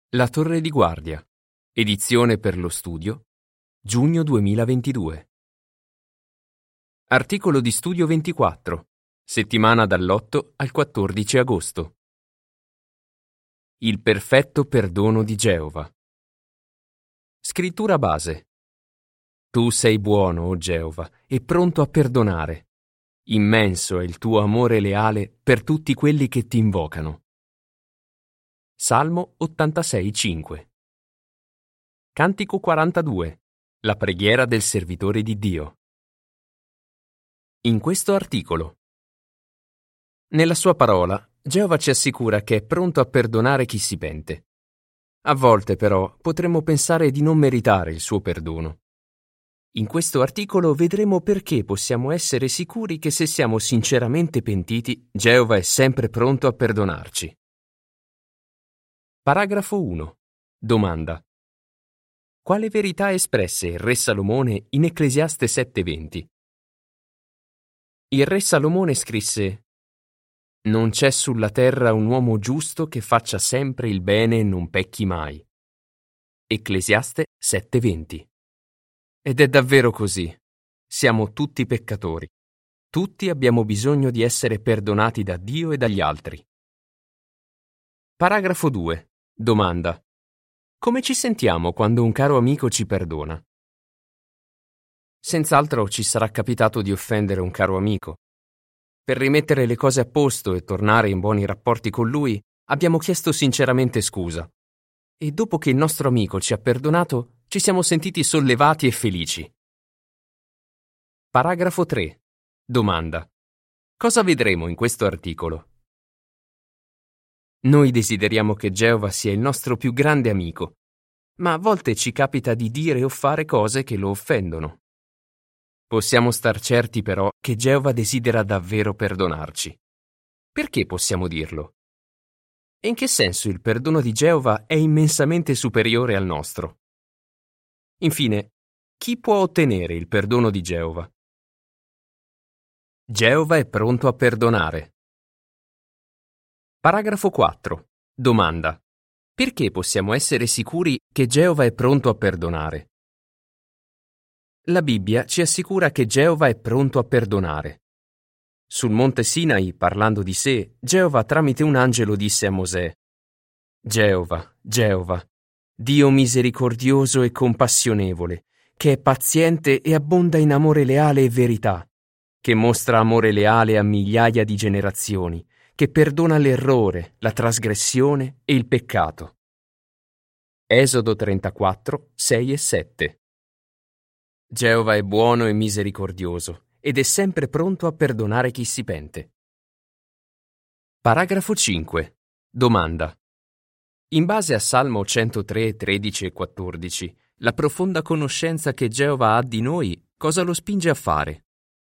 La Torre di Guardia. Edizione per lo studio. Giugno 2022. Articolo di studio 24. Settimana dall'8 al 14 agosto. Il perfetto perdono di Geova. Scrittura base. Tu sei buono, o Geova, e pronto a perdonare. Immenso è il tuo amore leale per tutti quelli che ti invocano. Salmo 86,5. Cantico 42. La preghiera del servitore di Dio. In questo articolo. Nella sua parola, Geova ci assicura che è pronto a perdonare chi si pente. A volte, però, potremmo pensare di non meritare il suo perdono. In questo articolo vedremo perché possiamo essere sicuri che se siamo sinceramente pentiti, Geova è sempre pronto a perdonarci. Paragrafo 1. Domanda. Quale verità espresse il re Salomone in Ecclesiaste 7:20? Il re Salomone scrisse: «Non c'è sulla terra un uomo giusto che faccia sempre il bene e non pecchi mai». Ecclesiaste 7:20. Ed è davvero così. Siamo tutti peccatori. Tutti abbiamo bisogno di essere perdonati da Dio e dagli altri. Paragrafo 2. Domanda. Come ci sentiamo quando un caro amico ci perdona? Senz'altro ci sarà capitato di offendere un caro amico. Per rimettere le cose a posto e tornare in buoni rapporti con lui, abbiamo chiesto sinceramente scusa. E dopo che il nostro amico ci ha perdonato, ci siamo sentiti sollevati e felici. Paragrafo 3. Domanda. Cosa vedremo in questo articolo? Noi desideriamo che Geova sia il nostro più grande amico, ma a volte ci capita di dire o fare cose che lo offendono. Possiamo star certi però che Geova desidera davvero perdonarci. Perché possiamo dirlo? E in che senso il perdono di Geova è immensamente superiore al nostro? Infine, chi può ottenere il perdono di Geova? Geova è pronto a perdonare. Paragrafo 4. Domanda. Perché possiamo essere sicuri che Geova è pronto a perdonare? La Bibbia ci assicura che Geova è pronto a perdonare. Sul monte Sinai, parlando di sé, Geova tramite un angelo disse a Mosè: Geova, Geova, Dio misericordioso e compassionevole, che è paziente e abbonda in amore leale e verità, che mostra amore leale a migliaia di generazioni, che perdona l'errore, la trasgressione e il peccato. Esodo 34, 6 e 7. Geova è buono e misericordioso ed è sempre pronto a perdonare chi si pente. Paragrafo 5. Domanda. In base a Salmo 103, 13 e 14, la profonda conoscenza che Geova ha di noi cosa lo spinge a fare?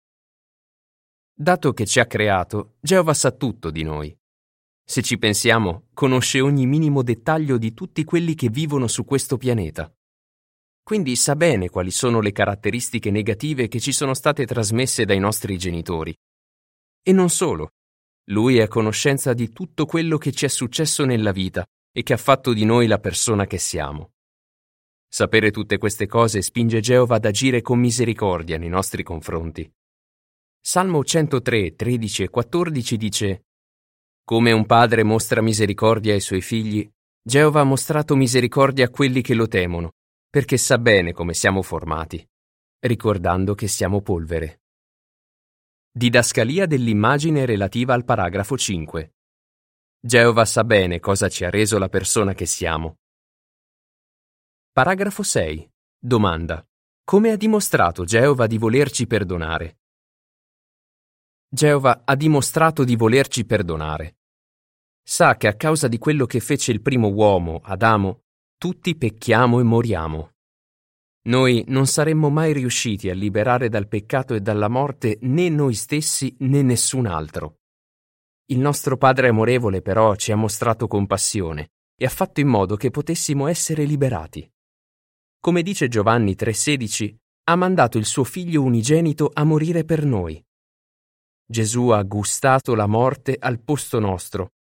Dato che ci ha creato, Geova sa tutto di noi. Se ci pensiamo, conosce ogni minimo dettaglio di tutti quelli che vivono su questo pianeta. Quindi sa bene quali sono le caratteristiche negative che ci sono state trasmesse dai nostri genitori. E non solo. Lui è a conoscenza di tutto quello che ci è successo nella vita e che ha fatto di noi la persona che siamo. Sapere tutte queste cose spinge Geova ad agire con misericordia nei nostri confronti. Salmo 103, 13 e 14 dice: Come un padre mostra misericordia ai suoi figli, Geova ha mostrato misericordia a quelli che lo temono, perché sa bene come siamo formati, ricordando che siamo polvere. Didascalia dell'immagine relativa al paragrafo 5. Geova sa bene cosa ci ha reso la persona che siamo. Paragrafo 6. Domanda. Come ha dimostrato Geova di volerci perdonare? Geova ha dimostrato di volerci perdonare. Sa che a causa di quello che fece il primo uomo, Adamo, tutti pecchiamo e moriamo. Noi non saremmo mai riusciti a liberare dal peccato e dalla morte né noi stessi né nessun altro. Il nostro Padre amorevole però ci ha mostrato compassione e ha fatto in modo che potessimo essere liberati. Come dice Giovanni 3,16, ha mandato il suo figlio unigenito a morire per noi. Gesù ha gustato la morte al posto nostro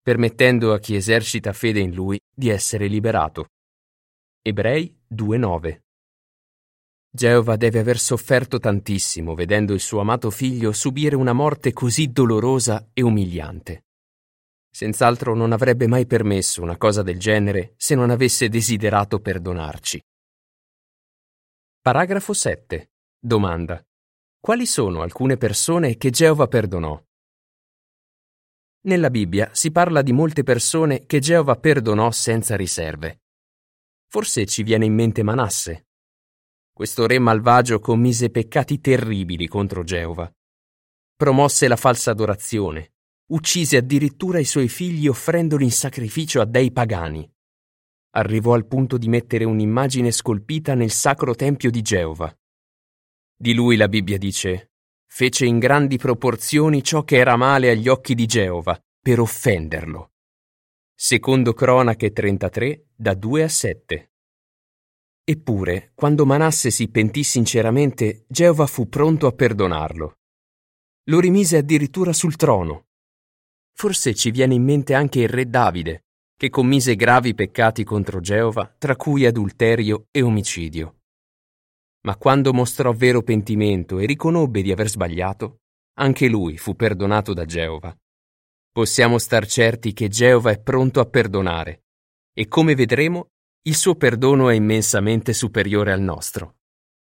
permettendo a chi esercita fede in Lui di essere liberato. Ebrei 2,9. Geova deve aver sofferto tantissimo vedendo il suo amato figlio subire una morte così dolorosa e umiliante. Senz'altro non avrebbe mai permesso una cosa del genere se non avesse desiderato perdonarci. Paragrafo 7. Domanda. Quali sono alcune persone che Geova perdonò? Nella Bibbia si parla di molte persone che Geova perdonò senza riserve. Forse ci viene in mente Manasse. Questo re malvagio commise peccati terribili contro Geova. Promosse la falsa adorazione, uccise addirittura i suoi figli offrendoli in sacrificio a dei pagani. Arrivò al punto di mettere un'immagine scolpita nel sacro tempio di Geova. Di lui la Bibbia dice: fece in grandi proporzioni ciò che era male agli occhi di Geova, per offenderlo. Secondo Cronache 33, da 2-7. Eppure, quando Manasse si pentì sinceramente, Geova fu pronto a perdonarlo. Lo rimise addirittura sul trono. Forse ci viene in mente anche il re Davide, che commise gravi peccati contro Geova, tra cui adulterio e omicidio. Ma quando mostrò vero pentimento e riconobbe di aver sbagliato, anche lui fu perdonato da Geova. Possiamo star certi che Geova è pronto a perdonare, e come vedremo, il suo perdono è immensamente superiore al nostro.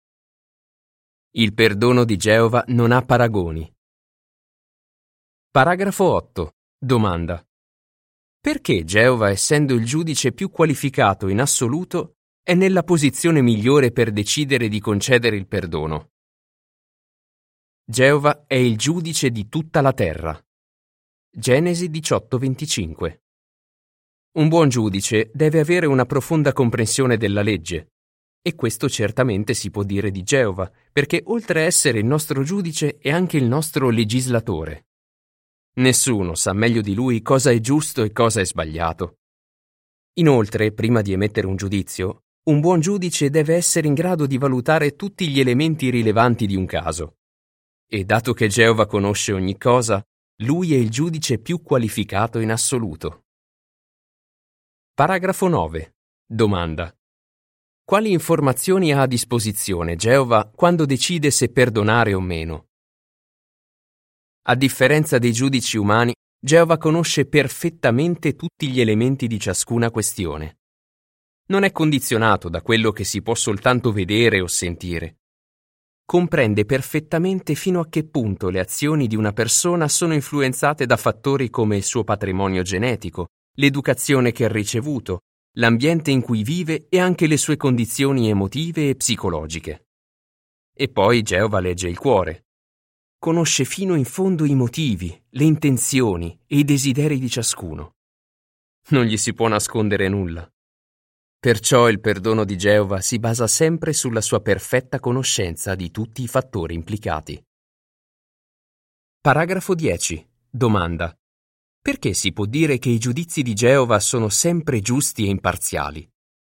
Il perdono di Geova non ha paragoni. Paragrafo 8. Domanda. Perché Geova, essendo il giudice più qualificato in assoluto, è nella posizione migliore per decidere di concedere il perdono? Geova è il giudice di tutta la terra. Genesi 18:25. Un buon giudice deve avere una profonda comprensione della legge, e questo certamente si può dire di Geova, perché oltre a essere il nostro giudice è anche il nostro legislatore. Nessuno sa meglio di lui cosa è giusto e cosa è sbagliato. Inoltre, prima di emettere un giudizio, un buon giudice deve essere in grado di valutare tutti gli elementi rilevanti di un caso. E dato che Geova conosce ogni cosa, lui è il giudice più qualificato in assoluto. Paragrafo 9. Domanda. Quali informazioni ha a disposizione Geova quando decide se perdonare o meno? A differenza dei giudici umani, Geova conosce perfettamente tutti gli elementi di ciascuna questione. Non è condizionato da quello che si può soltanto vedere o sentire. Comprende perfettamente fino a che punto le azioni di una persona sono influenzate da fattori come il suo patrimonio genetico, l'educazione che ha ricevuto, l'ambiente in cui vive e anche le sue condizioni emotive e psicologiche. E poi Geova legge il cuore. Conosce fino in fondo i motivi, le intenzioni e i desideri di ciascuno. Non gli si può nascondere nulla. Perciò il perdono di Geova si basa sempre sulla sua perfetta conoscenza di tutti i fattori implicati. Paragrafo 10. Domanda. Perché si può dire che i giudizi di Geova sono sempre giusti e imparziali?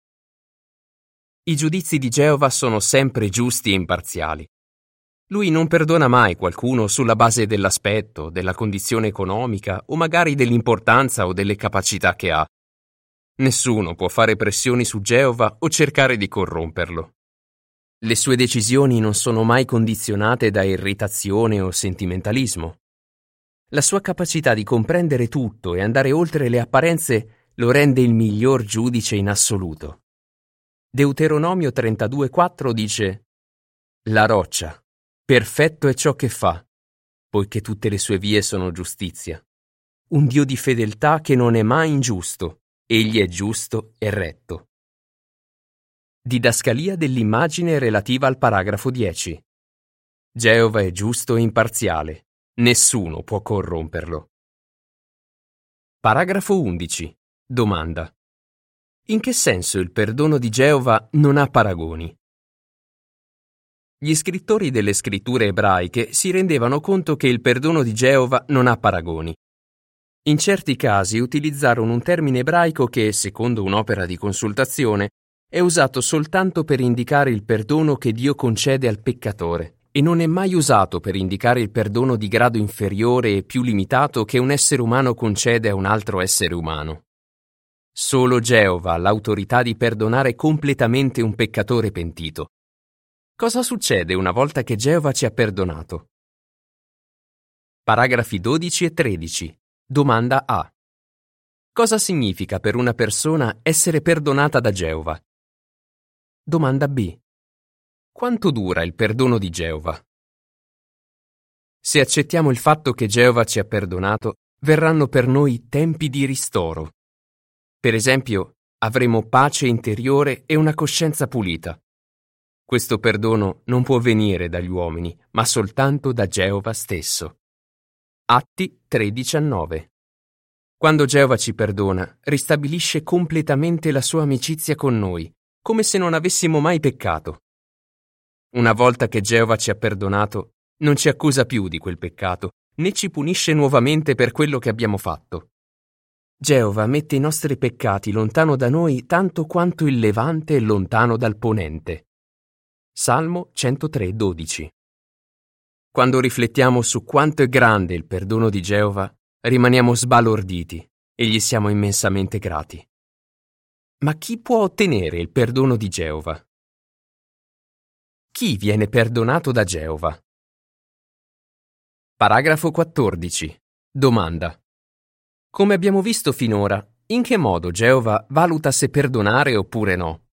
I giudizi di Geova sono sempre giusti e imparziali. Lui non perdona mai qualcuno sulla base dell'aspetto, della condizione economica o magari dell'importanza o delle capacità che ha. Nessuno può fare pressioni su Geova o cercare di corromperlo. Le sue decisioni non sono mai condizionate da irritazione o sentimentalismo. La sua capacità di comprendere tutto e andare oltre le apparenze lo rende il miglior giudice in assoluto. Deuteronomio 32,4 dice: La roccia, perfetto è ciò che fa, poiché tutte le sue vie sono giustizia. Un Dio di fedeltà che non è mai ingiusto, egli è giusto e retto. Didascalia dell'immagine relativa al paragrafo 10. Geova è giusto e imparziale. Nessuno può corromperlo. Paragrafo 11. Domanda. In che senso il perdono di Geova non ha paragoni? Gli scrittori delle scritture ebraiche si rendevano conto che il perdono di Geova non ha paragoni. In certi casi utilizzarono un termine ebraico che, secondo un'opera di consultazione, è usato soltanto per indicare il perdono che Dio concede al peccatore, e non è mai usato per indicare il perdono di grado inferiore e più limitato che un essere umano concede a un altro essere umano. Solo Geova ha l'autorità di perdonare completamente un peccatore pentito. Cosa succede una volta che Geova ci ha perdonato? Paragrafi 12 e 13. Domanda A. Cosa significa per una persona essere perdonata da Geova? Domanda B. Quanto dura il perdono di Geova? Se accettiamo il fatto che Geova ci ha perdonato, verranno per noi tempi di ristoro. Per esempio, avremo pace interiore e una coscienza pulita. Questo perdono non può venire dagli uomini, ma soltanto da Geova stesso. Atti 3:19. Quando Geova ci perdona, ristabilisce completamente la sua amicizia con noi, come se non avessimo mai peccato. Una volta che Geova ci ha perdonato, non ci accusa più di quel peccato, né ci punisce nuovamente per quello che abbiamo fatto. Geova mette i nostri peccati lontano da noi tanto quanto il Levante è lontano dal Ponente. Salmo 103:12. Quando riflettiamo su quanto è grande il perdono di Geova, rimaniamo sbalorditi e gli siamo immensamente grati. Ma chi può ottenere il perdono di Geova? Chi viene perdonato da Geova? Paragrafo 14. Domanda. Come abbiamo visto finora, in che modo Geova valuta se perdonare oppure no?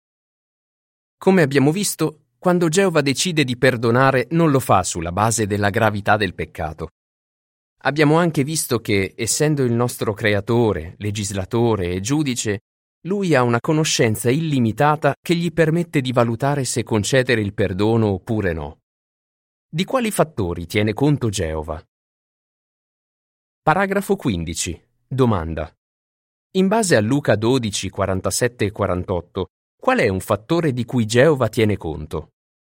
Come abbiamo visto, quando Geova decide di perdonare non lo fa sulla base della gravità del peccato. Abbiamo anche visto che, essendo il nostro creatore, legislatore e giudice, lui ha una conoscenza illimitata che gli permette di valutare se concedere il perdono oppure no. Di quali fattori tiene conto Geova? Paragrafo 15. Domanda. In base a Luca 12, 47 e 48, qual è un fattore di cui Geova tiene conto?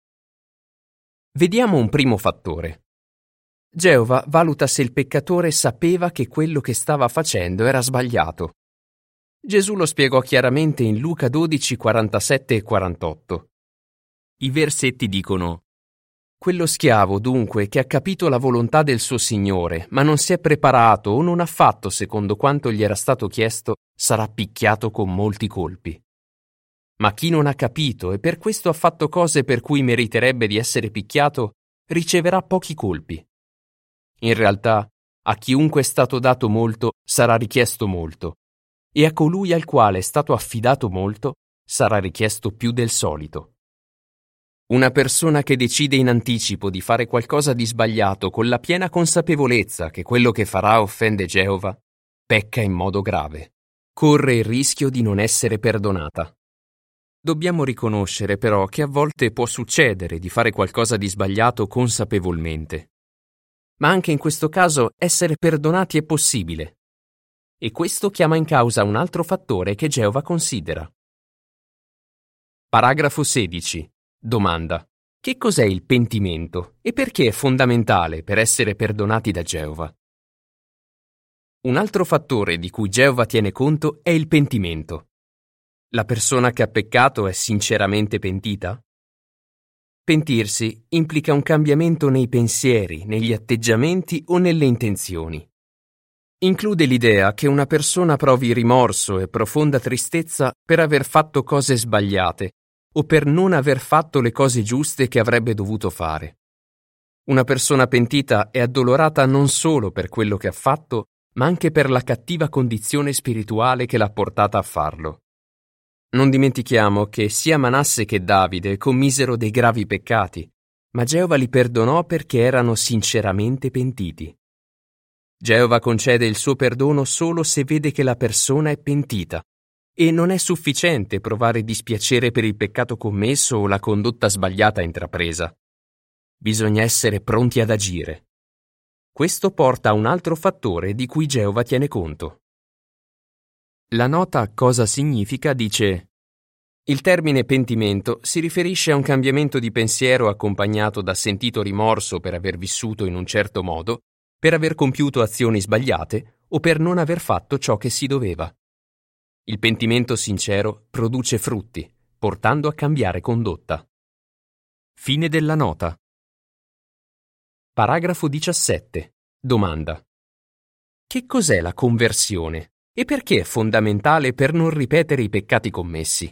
Vediamo un primo fattore. Geova valuta se il peccatore sapeva che quello che stava facendo era sbagliato. Gesù lo spiegò chiaramente in Luca 12, 47 e 48. I versetti dicono: quello schiavo, dunque, che ha capito la volontà del suo Signore, ma non si è preparato o non ha fatto secondo quanto gli era stato chiesto, sarà picchiato con molti colpi. Ma chi non ha capito e per questo ha fatto cose per cui meriterebbe di essere picchiato, riceverà pochi colpi. In realtà, a chiunque è stato dato molto, sarà richiesto molto, e a colui al quale è stato affidato molto, sarà richiesto più del solito. Una persona che decide in anticipo di fare qualcosa di sbagliato con la piena consapevolezza che quello che farà offende Geova, pecca in modo grave. Corre il rischio di non essere perdonata. Dobbiamo riconoscere però che a volte può succedere di fare qualcosa di sbagliato consapevolmente. Ma anche in questo caso essere perdonati è possibile. E questo chiama in causa un altro fattore che Geova considera. Paragrafo 16. Domanda. Che cos'è il pentimento e perché è fondamentale per essere perdonati da Geova? Un altro fattore di cui Geova tiene conto è il pentimento. La persona che ha peccato è sinceramente pentita? Pentirsi implica un cambiamento nei pensieri, negli atteggiamenti o nelle intenzioni. Include l'idea che una persona provi rimorso e profonda tristezza per aver fatto cose sbagliate o per non aver fatto le cose giuste che avrebbe dovuto fare. Una persona pentita è addolorata non solo per quello che ha fatto, ma anche per la cattiva condizione spirituale che l'ha portata a farlo. Non dimentichiamo che sia Manasse che Davide commisero dei gravi peccati, ma Geova li perdonò perché erano sinceramente pentiti. Geova concede il suo perdono solo se vede che la persona è pentita, e non è sufficiente provare dispiacere per il peccato commesso o la condotta sbagliata intrapresa. Bisogna essere pronti ad agire. Questo porta a un altro fattore di cui Geova tiene conto. La nota Cosa significa dice: il termine pentimento si riferisce a un cambiamento di pensiero accompagnato da sentito rimorso per aver vissuto in un certo modo, per aver compiuto azioni sbagliate o per non aver fatto ciò che si doveva. Il pentimento sincero produce frutti, portando a cambiare condotta. Fine della nota. Paragrafo 17. Domanda. Che cos'è la conversione e perché è fondamentale per non ripetere i peccati commessi?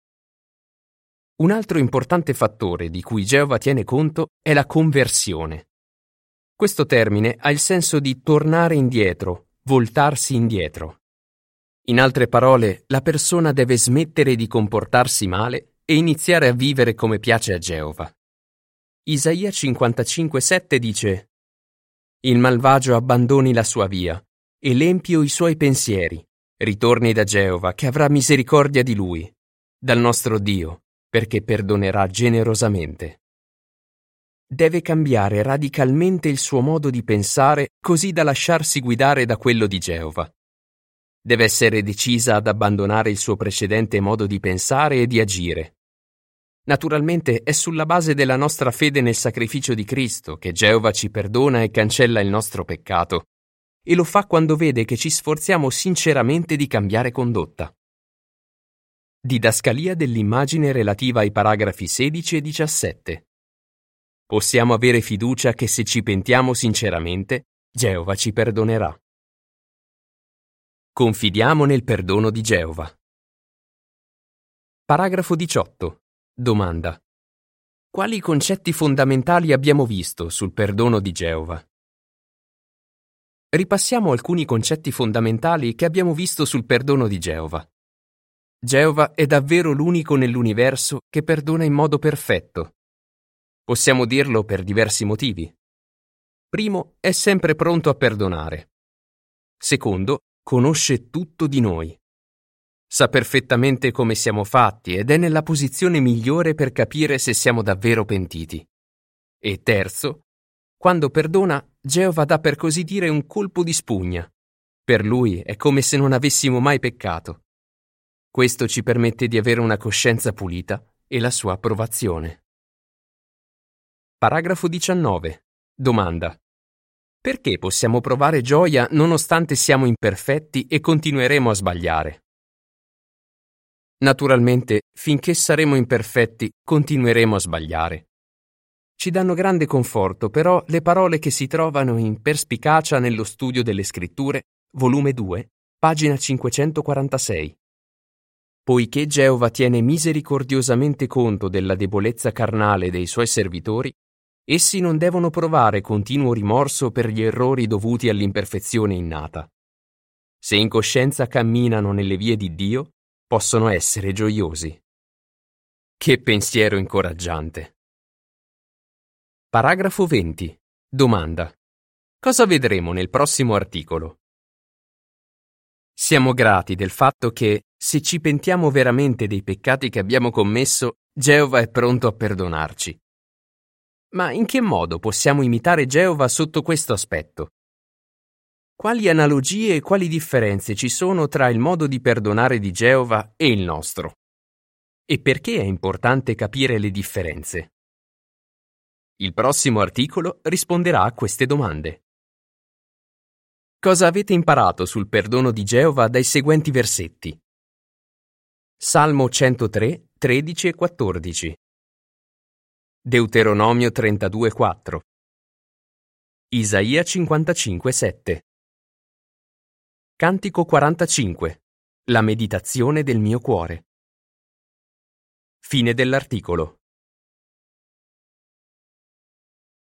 Un altro importante fattore di cui Geova tiene conto è la conversione. Questo termine ha il senso di tornare indietro, voltarsi indietro. In altre parole, la persona deve smettere di comportarsi male e iniziare a vivere come piace a Geova. Isaia 55,7 dice: Il malvagio abbandoni la sua via e l'empio i suoi pensieri, ritorni da Geova che avrà misericordia di lui, dal nostro Dio, perché perdonerà generosamente. Deve cambiare radicalmente il suo modo di pensare così da lasciarsi guidare da quello di Geova. Deve essere decisa ad abbandonare il suo precedente modo di pensare e di agire. Naturalmente è sulla base della nostra fede nel sacrificio di Cristo che Geova ci perdona e cancella il nostro peccato, e lo fa quando vede che ci sforziamo sinceramente di cambiare condotta. Didascalia dell'immagine relativa ai paragrafi 16 e 17. Possiamo avere fiducia che se ci pentiamo sinceramente, Geova ci perdonerà. Confidiamo nel perdono di Geova. Paragrafo 18. Domanda. Quali concetti fondamentali abbiamo visto sul perdono di Geova? Ripassiamo alcuni concetti fondamentali che abbiamo visto sul perdono di Geova. Geova è davvero l'unico nell'universo che perdona in modo perfetto. Possiamo dirlo per diversi motivi. Primo, è sempre pronto a perdonare. Secondo, conosce tutto di noi. Sa perfettamente come siamo fatti ed è nella posizione migliore per capire se siamo davvero pentiti. E terzo, quando perdona, Geova dà per così dire un colpo di spugna. Per lui è come se non avessimo mai peccato. Questo ci permette di avere una coscienza pulita e la sua approvazione. Paragrafo 19. Domanda. Perché possiamo provare gioia nonostante siamo imperfetti e continueremo a sbagliare? Naturalmente, finché saremo imperfetti, continueremo a sbagliare. Ci danno grande conforto, però, le parole che si trovano in Perspicacia nello studio delle Scritture, volume 2, pagina 546. Poiché Geova tiene misericordiosamente conto della debolezza carnale dei suoi servitori, essi non devono provare continuo rimorso per gli errori dovuti all'imperfezione innata. Se in coscienza camminano nelle vie di Dio, possono essere gioiosi. Che pensiero incoraggiante! Paragrafo 20. Domanda. Cosa vedremo nel prossimo articolo? Siamo grati del fatto che, se ci pentiamo veramente dei peccati che abbiamo commesso, Geova è pronto a perdonarci. Ma in che modo possiamo imitare Geova sotto questo aspetto? Quali analogie e quali differenze ci sono tra il modo di perdonare di Geova e il nostro? E perché è importante capire le differenze? Il prossimo articolo risponderà a queste domande. Cosa avete imparato sul perdono di Geova dai seguenti versetti? Salmo 103, 13 e 14. Deuteronomio 32, 4. Isaia 55, 7. Cantico 45. La meditazione del mio cuore. Fine dell'articolo.